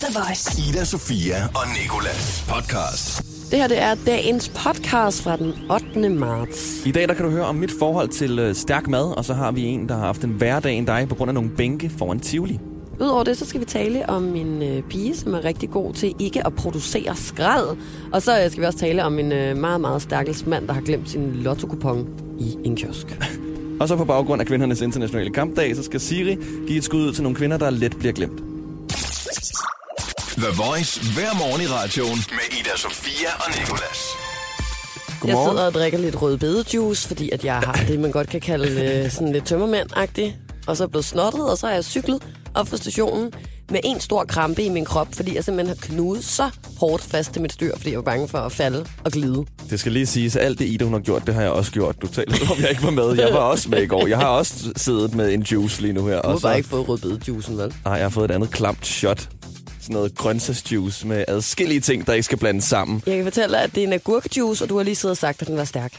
The Voice. Ida, Sofia og Nicolas podcast. Det her det er dagens podcast fra den 8. marts. I dag der kan du høre om mit forhold til stærk mad, og så har vi en, der har haft en hverdag end dig på grund af nogle bænke foran Tivoli. Udover det, så skal vi tale om en pige, som er rigtig god til ikke at producere skrald. Og så skal vi også tale om en meget, meget stærkels mand, der har glemt sin lotto-kupon i en kiosk. Og så på baggrund af kvindernes internationale kampdag, så skal Siri give et skud ud til nogle kvinder, der let bliver glemt. The Voice hver morgen i radioen med Ida, Sofia og Nicolas. Godmorgen. Jeg sidder og drikker lidt rødbedejuice, fordi at jeg har det, man godt kan kalde sådan lidt tømmermænd-agtigt. Og så er jeg blevet snottet, og så har jeg cyklet op fra stationen med en stor krampe i min krop, fordi jeg simpelthen har knudet så hårdt fast til mit styr, fordi jeg var bange for at falde og glide. Det skal lige siges, at alt det Ida, hun har gjort, det har jeg også gjort. Du taler om, jeg ikke var med. Jeg var også med i går. Jeg har også siddet med en juice lige nu her. Du har bare ikke fået rødbedejuicen, vel? Nej, jeg har fået et andet klamt shot. Sådan noget grøntsagsjuice med adskillige ting, der ikke skal blandes sammen. Jeg kan fortælle dig, at det er en agurkejuice, og du har lige siddet og sagt, at den var stærk.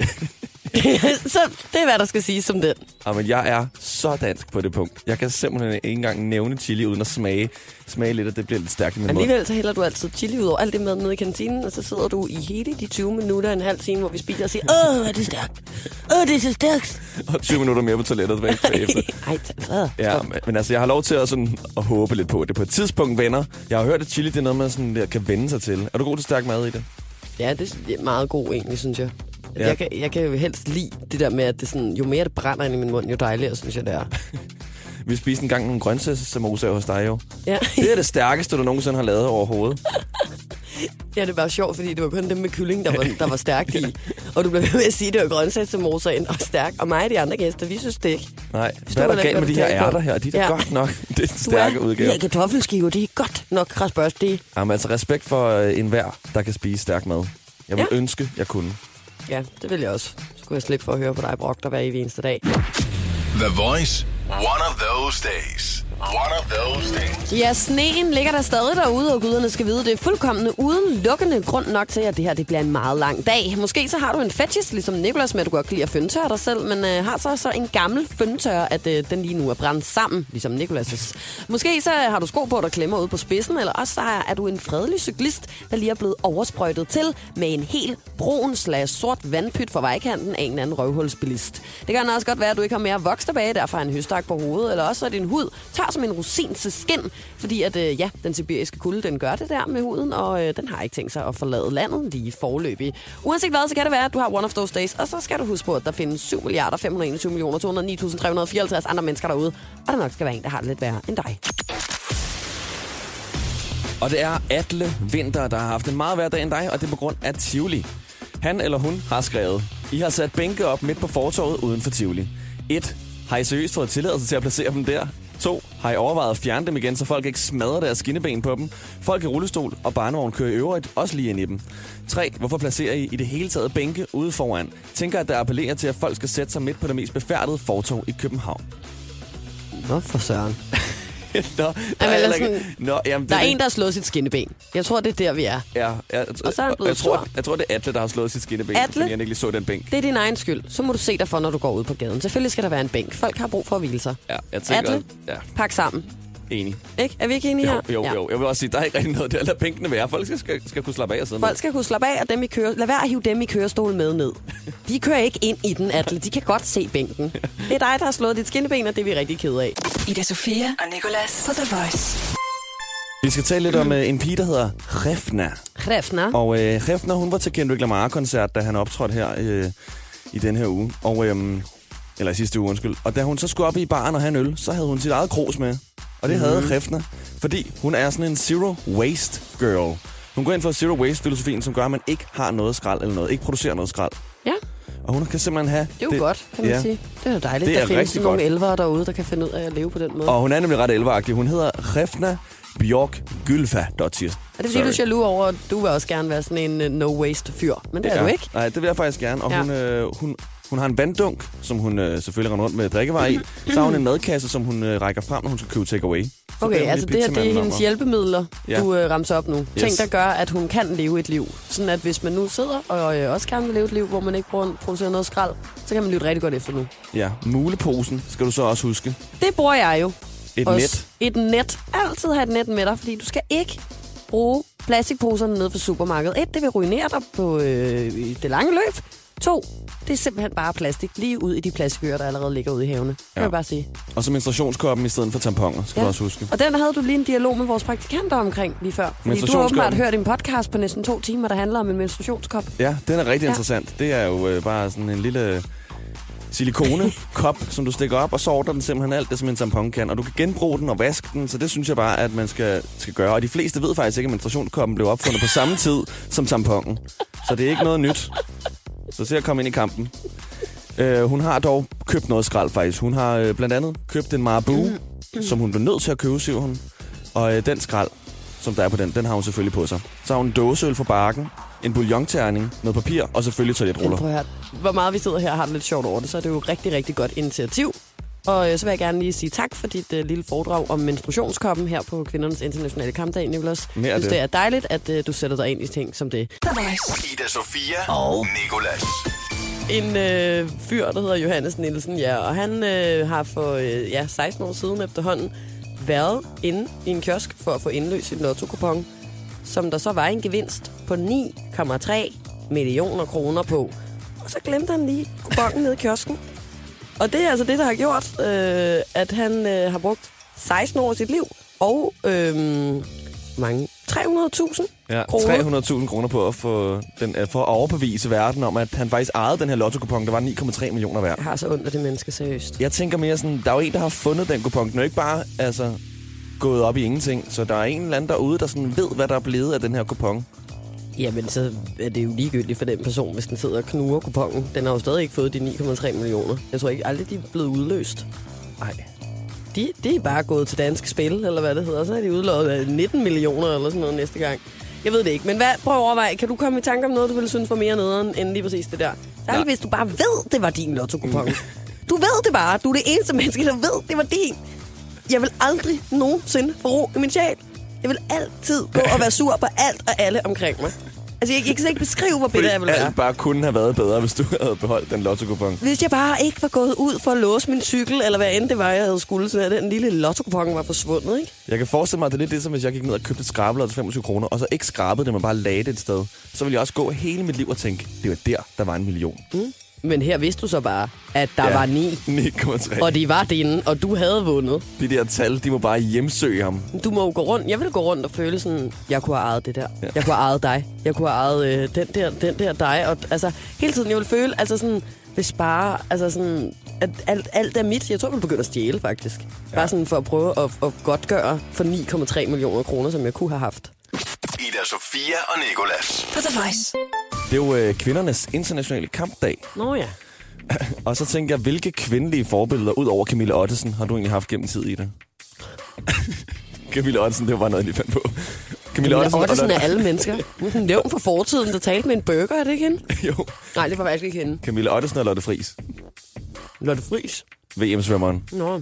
Så det er, hvad der skal siges som den. Men jeg er så dansk på det punkt. Jeg kan simpelthen ikke engang nævne chili uden at smage lidt, og det bliver lidt stærkt i min mund. Alligevel så hælder du altid chili ud over alt det mad nede i kantinen, og så sidder du i hele de 20 minutter, en halv time, hvor vi spiser og siger, er det stærkt? Det er så stærkt. Og 20 minutter mere på toilettet bagefter. Ej, ja, men altså, jeg har lov til at håbe lidt på, at det på et tidspunkt vender. Jeg har hørt, at chili det er noget, man sådan, der kan vende sig til. Er du god til stærk mad i det? Ja, det er meget god egentlig, synes jeg. Ja. Jeg kan jo helst lide det der med, at det sådan, jo mere det brænder ind i min mund, jo dejligere, synes jeg, det er. Vi spiste engang nogle grøntsagssamosaer hos dig jo. Ja. Det er det stærkeste, du nogensinde har lavet overhovedet. Ja, det var sjovt, fordi det var kun dem med kylling, der var stærkt i. Og du blev ved at sige, at det var grøntsagssamosaen og stærk. Og mig og de andre gæster, vi synes det ikke. Nej, hvad er der galt med de her ærter her? De er godt nok. Det er stærke udgaver. Ja, kartoffelskiver, det er godt nok krasbørstige. Jamen altså, respekt for enhver, der kan spise stærk mad. Jeg vil ønske, jeg kunne. Ja, det vil jeg også. Så kunne jeg slippe for at høre på dig, Brock, der hver evig eneste dag. The Voice. One of those days. One of those days. Ja, sneen ligger der stadig derude, og guderne skal vide, det er fuldkommen udelukkende grund nok til, at det her det bliver en meget lang dag. Måske så har du en fetish, ligesom Nicolas, med at du godt kan lide at fyndtørre dig selv, men har så en gammel fyndtørre, at den lige nu er brændt sammen, ligesom Nicolas'. Måske så har du sko på, der klemmer ud på spidsen, eller også så er du en fredelig cyklist, der lige er blevet oversprøjtet til med en helt brun/sort vandpyt fra vejkanten af en anden røvhulsbilist. Det kan også godt være, at du ikke har mere voks tilbage, derfor har en høstak på hovedet, eller også at din hud tager som en rosin til skin, fordi at, den sibiriske kulde, den gør det der med huden, og den har ikke tænkt sig at forlade landet lige foreløbig. Uanset hvad, så kan det være, at du har one of those days, og så skal du huske på, at der findes 7.521.209.354 andre mennesker derude, og der nok skal være en, der har det lidt værre end dig. Og det er Atle Vinter, der har haft en meget værre dag end dig, og det er på grund af Tivoli. Han eller hun har skrevet: I har sat bænke op midt på fortovet uden for Tivoli. 1. Har I seriøst fået tilladelse til at placere dem der? 2. Har I overvejet at fjerne dem igen, så folk ikke smadrer deres skinneben på dem? Folk i rullestol og barnevogn kører i øvrigt også lige ind i dem. 3. Hvorfor placerer I det hele taget bænke ude foran? Tænker, at der appellerer til, at folk skal sætte sig midt på det mest befærdede fortov i København. Hvorfor søren? Der er en, der har slået sit skinneben. Jeg tror, det er der, vi er. Ja, og så er han blevet sur. Jeg tror, det er Atle, der har slået sit skinneben, fordi han ikke lige så den bænk. Det er din egen skyld. Så må du se dig for, når du går ud på gaden. Selvfølgelig skal der være en bænk. Folk har brug for at hvile sig. Ja, jeg tænker, Atle, pak sammen. Enig. Ikke? Er vi ikke enige her? Jo. Jeg vil også sige, der er ikke rigtig noget der. Lad bænkene være. Folk skal kunne slappe af og sidde. Folk skal kunne slappe af, og lad være at hive dem i kørestol med ned. De kører ikke ind i den, Atle. De kan godt se bænken. Det er dig, der har slået dit skinneben, og det er vi rigtig kede af. Ida, Sofia og Nicolas på The Voice. Vi skal tale lidt om en pige, der hedder Hrefna. Og Hrefna, hun var til Kendrick Lamar-koncert, da han optrådte her i den her uge. Eller i sidste uge, undskyld. Og da hun så skulle op i baren og have en øl, så havde hun sit eget krus med. Og det havde Hrefna, fordi hun er sådan en zero waste girl. Hun går ind for zero waste filosofien, som gør, at man ikke har noget skrald eller noget, ikke producerer noget skrald. Ja. Og hun kan simpelthen have... Det er jo godt, kan man sige. Det er jo dejligt. Det er der findes rigtig nogle elvere derude, der kan finde ud af at leve på den måde. Og hun er nemlig ret elveragtig. Hun hedder Hrefna Bjork Gylfadottir. Er det fordi, du er jaloux over, at du vil også gerne være sådan en no-waste-fyr? Men det er du ikke. Nej, det vil jeg faktisk gerne. Og hun har en vanddunk, som hun selvfølgelig render rundt med drikkevarer i. Så har hun en madkasse, som hun rækker frem, når hun skal købe takeaway. Okay, altså det er hendes hjælpemidler, du ramser op nu. Yes. Ting, der gør, at hun kan leve et liv. Sådan at hvis man nu sidder og også gerne vil leve et liv, hvor man ikke producerer noget skrald, så kan man lytte rigtig godt efter nu. Ja, muleposen skal du så også huske. Det bruger jeg jo. Et Også net. Et net. Altid have et net med dig, fordi du skal ikke bruge plastikposerne nede for supermarkedet. 1, det vil ruinere dig på det lange løb. 2, det er simpelthen bare plastik lige ud i de plastikører, der allerede ligger ude i havene. Det vil jeg bare sige. Og så menstruationskoppen i stedet for tamponer, skal du også huske. Og den havde du lige en dialog med vores praktikanter omkring lige før. Fordi du har åbenbart hørt en podcast på næsten 2 timer, der handler om en menstruationskop. Ja, den er rigtig interessant. Det er jo bare sådan en lille silikonekop, som du stikker op, og så ordner den simpelthen alt det, som en tampon kan. Og du kan genbruge den og vaske den, så det synes jeg bare, at man skal gøre. Og de fleste ved faktisk ikke, at menstruationskoppen blev opfundet på samme tid som tamponen. Så det er ikke noget nyt. Så se at komme ind i kampen. Hun har dog købt noget skrald, faktisk. Hun har blandt andet købt en Marabu, som hun blev nødt til at købe, siger hun. Og den skrald, som der er på den har hun selvfølgelig på sig. Så har hun en dåseøl fra Barken, en bouillonterning, noget papir og selvfølgelig toiletruller. Hvor meget vi sidder her og har det lidt sjovt over det, så er det jo et rigtig, rigtig godt initiativ. Og så vil jeg gerne lige sige tak for dit lille foredrag om menstruationskoppen her på Kvindernes Internationale Kampdag, Nicolas. Jeg synes, det er dejligt, at du sætter dig ind i ting som det. Ida Sofia og Nicolas. En fyr, der hedder Johannes Nielsen, og han har for 16 år siden efterhånden været inde i en kiosk for at få indløst sin lotto-kupon, som der så var en gevinst på 9,3 millioner kroner på. Og så glemte han lige kuponen nede i kiosken. Og det er altså det, der har gjort, at han har brugt 16 år af sit liv og 300.000 kroner. 300.000 kroner på at få for at overbevise verden om, at han faktisk ejede den her lotto-kupon, der var 9,3 millioner værd. Jeg har så ondt af det menneske, seriøst. Jeg tænker mere sådan, der er jo en, der har fundet den kupon. Den er jo ikke bare gået op i ingenting. Så der er en eller anden derude, der sådan ved, hvad der er blevet af den her kupon. Jamen, så er det jo ligegyldigt for den person, hvis den sidder og knuger kuponen. Den har jo stadig ikke fået de 9,3 millioner. Jeg tror ikke aldrig, de er blevet udløst. Nej. De er bare gået til Danske Spil, eller hvad det hedder. Så er de udløjet 19 millioner eller sådan noget næste gang. Jeg ved det ikke, men prøv at overveje. Kan du komme i tanke om noget, du ville synes var mere nederen end lige præcis det der? Særligt hvis du bare ved, det var din lotto-kupon. Du ved det bare. Du er det eneste menneske, der ved, det var din. Jeg vil aldrig nogensinde få ro i min sjæl. Jeg vil altid gå og være sur på alt og alle omkring mig. Altså, jeg kan ikke beskrive, hvor bitter jeg ville være. Alt bare kunne have været bedre, hvis du havde beholdt den lotto-kupon. Hvis jeg bare ikke var gået ud for at låse min cykel, eller hvad end det var, jeg havde skulle, så den lille lotto-kupon var forsvundet, ikke? Jeg kan forestille mig, at det er lidt det, som hvis jeg gik ned og købte et skrabelod til 25 kroner, og så ikke skrabede det, men bare lagde det et sted. Så ville jeg også gå hele mit liv og tænke, det var der var 1 million. Men her vidste du så bare, at der var 9,3. Og de var dine, og du havde vundet. De der tal, de må bare hjemsøge ham. Du må gå rundt. Jeg vil gå rundt og føle sådan, jeg kunne have ejet det der. Ja. Jeg kunne have ejet dig. Jeg kunne have ejet den der dig. Og altså, hele tiden, jeg vil føle, altså sådan, hvis bare, altså sådan, at alt er mit. Jeg tror, jeg vil begynde at stjæle, faktisk. Ja. Bare sådan for at prøve at godtgøre for 9,3 millioner kroner, som jeg kunne have haft. Ida Sofia og Nicolas. På The Voice. Det er jo kvindernes internationale kampdag. Nå ja. Og så tænker jeg, hvilke kvindelige forbilleder, ud over Camilla Ottesen, har du egentlig haft gennem tid i det? Camilla Ottesen, det var bare noget, jeg fandt på. Camilla Ottesen er alle mennesker. Hun nævnt for fortiden, der talte med en burger, er det ikke hende? Jo. Nej, det var faktisk ikke hende. Camilla Ottesen og Lotte Friis. Lotte Friis? VM-svømmeren. Nå.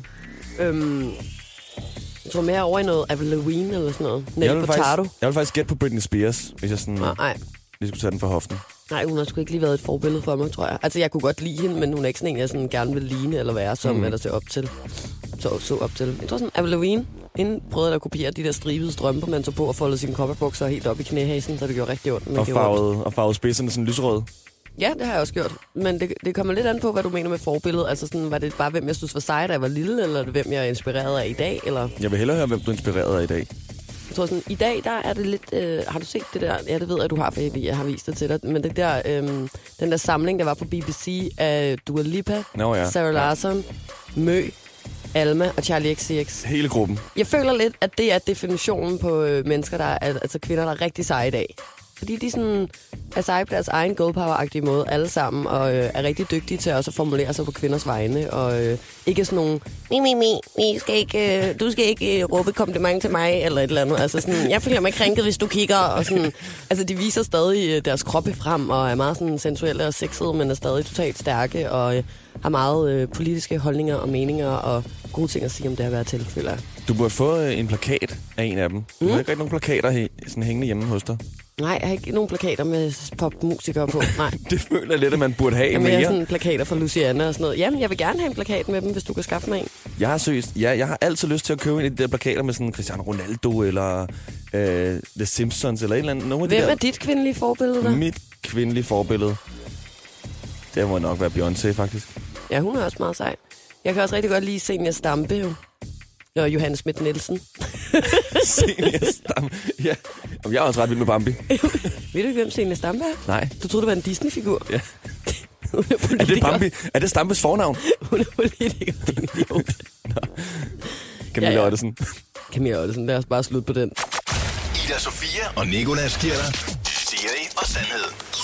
Jeg tror mere over i noget Avril Lavigne eller sådan noget. Jeg vil faktisk gætte på Britney Spears, hvis jeg sådan lige skulle tage den for hoften. Nej, hun har sgu ikke lige været et forbillede for mig, tror jeg. Altså, jeg kunne godt lide hende, men hun er ikke sådan en, jeg sådan gerne vil ligne eller være som, eller se op til. Så op til. Jeg tror sådan, Avril Lavigne, inden prøvede at kopiere de der stribede strømper, man tog på og foldede sine kopperbukser helt op i knæhasen, så det gjorde rigtig ondt. Og farvede spidserne sådan lysrød. Ja, det har jeg også gjort. Men det kommer lidt an på, hvad du mener med forbillede. Altså sådan, var det bare, hvem jeg synes var sej, da jeg var lille, eller hvem jeg er inspireret af i dag? Eller? Jeg vil hellere høre, hvem du er inspireret af i dag. Jeg tror sådan, i dag, der er det lidt... har du set det der? Ja, det ved jeg, du har, for jeg har vist det til dig. Men det der, den der samling, der var på BBC af Dua Lipa, Sarah Larsson, Mø, Alma og Charlie XCX. Hele gruppen. Jeg føler lidt, at det er definitionen på mennesker, der er, altså kvinder, der er rigtig seje i dag. Fordi de sådan er seje på deres egen girl power-agtige måde, alle sammen, og er rigtig dygtige til også at formulere sig på kvinders vegne, og ikke sådan nogle, du skal ikke råbe kompliment til mig, eller et eller andet. Altså sådan, jeg føler mig krænket, hvis du kigger, og sådan, altså de viser stadig deres kroppe frem, og er meget sådan sensuelle og sexede, men er stadig totalt stærke, og har meget politiske holdninger og meninger, og gode ting at sige om det at være til, føler jeg. Du burde få en plakat af en af dem. Du har ikke rigtig nogen plakater sådan hængende hjemme hos dig. Nej, jeg har ikke nogen plakater med popmusikere på. Nej. Det føler jeg lidt, at man burde have Jamen, mere. jeg har sådan plakater fra Luciana og sådan noget. Jamen, jeg vil gerne have en plakat med dem, hvis du kan skaffe mig en. Jeg har altid lyst til at købe en af de der plakater med sådan Cristiano Ronaldo eller The Simpsons eller et eller andet. Hvem er dit kvindelige forbillede der? Mit kvindelige forbillede. Det må nok være Beyoncé, faktisk. Ja, hun er også meget sej. Jeg kan også rigtig godt lide Senior Stampe, jo. Og Johannes Schmidt Nielsen. Senior Stampe. Ja. Jeg er også ret vild med Bambi. Ved du ikke, hvem Senior Stampe er? Nej. Du troede, det var en Disney-figur? Ja. Hun er politiker. Er det Bambi? Er det Stampes fornavn? Hun er politiker. Camilla Ottesen. Camilla Ottesen, lad os bare slutte på den. Ida Sofia og Nicolas giver dig Siri og Sandhed.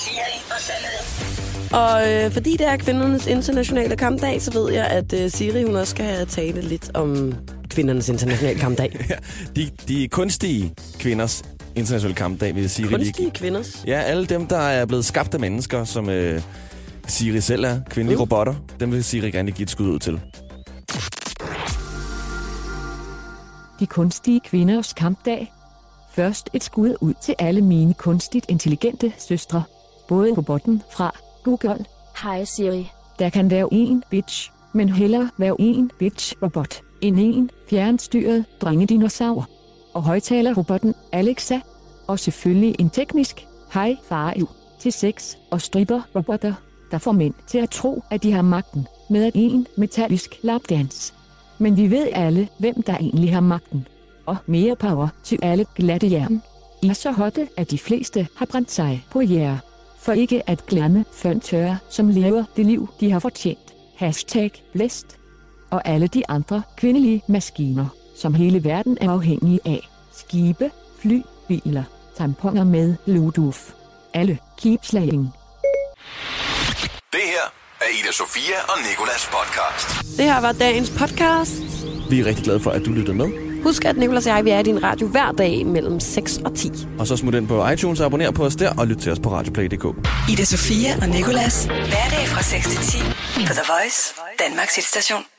Og fordi det er kvindernes internationale kampdag, så ved jeg, at Siri hun også skal tale lidt om kvindernes internationale kampdag. Ja, de kunstige kvinders internationale kampdag, vil Siri lige. Kunstige kvinders? Ja, alle dem, der er blevet skabt af mennesker, som Siri selv er, kvindelige robotter, dem vil Siri gerne give et skud ud til. De kunstige kvinders kampdag. Først et skud ud til alle mine kunstigt intelligente søstre. Både robotten fra Google. Hej Siri. Der kan være en bitch, men hellere være en bitch-robot, end en fjernstyret drengedinosaur. Og højtalerrobotten Alexa. Og selvfølgelig en teknisk high five til sex og stripper-robotter, der får mænd til at tro, at de har magten med en metallisk lapdance. Men vi ved alle, hvem der egentlig har magten. Og mere power til alle glatte jern. I er så hotte, at de fleste har brændt sig på jer. For ikke at glemme føntørre, som lever det liv, de har fortjent. #blessed. Og alle de andre kvindelige maskiner, som hele verden er afhængige af. Skibe, fly, biler, tamponer med Bluetooth. Alle keep slaying. Det her er Ida Sofia og Nicolas podcast. Det her var dagens podcast. Vi er rigtig glade for, at du lyttede med. Husk, at Nicolas og jeg, vi er i din radio hver dag mellem 6 og 10. Og så smut ind på iTunes og abonner på os der, og lyt til os på radioplay.dk. Ida Sofia og Nicolas. Hverdag fra 6 til 10 på The Voice, Danmarks hitstation.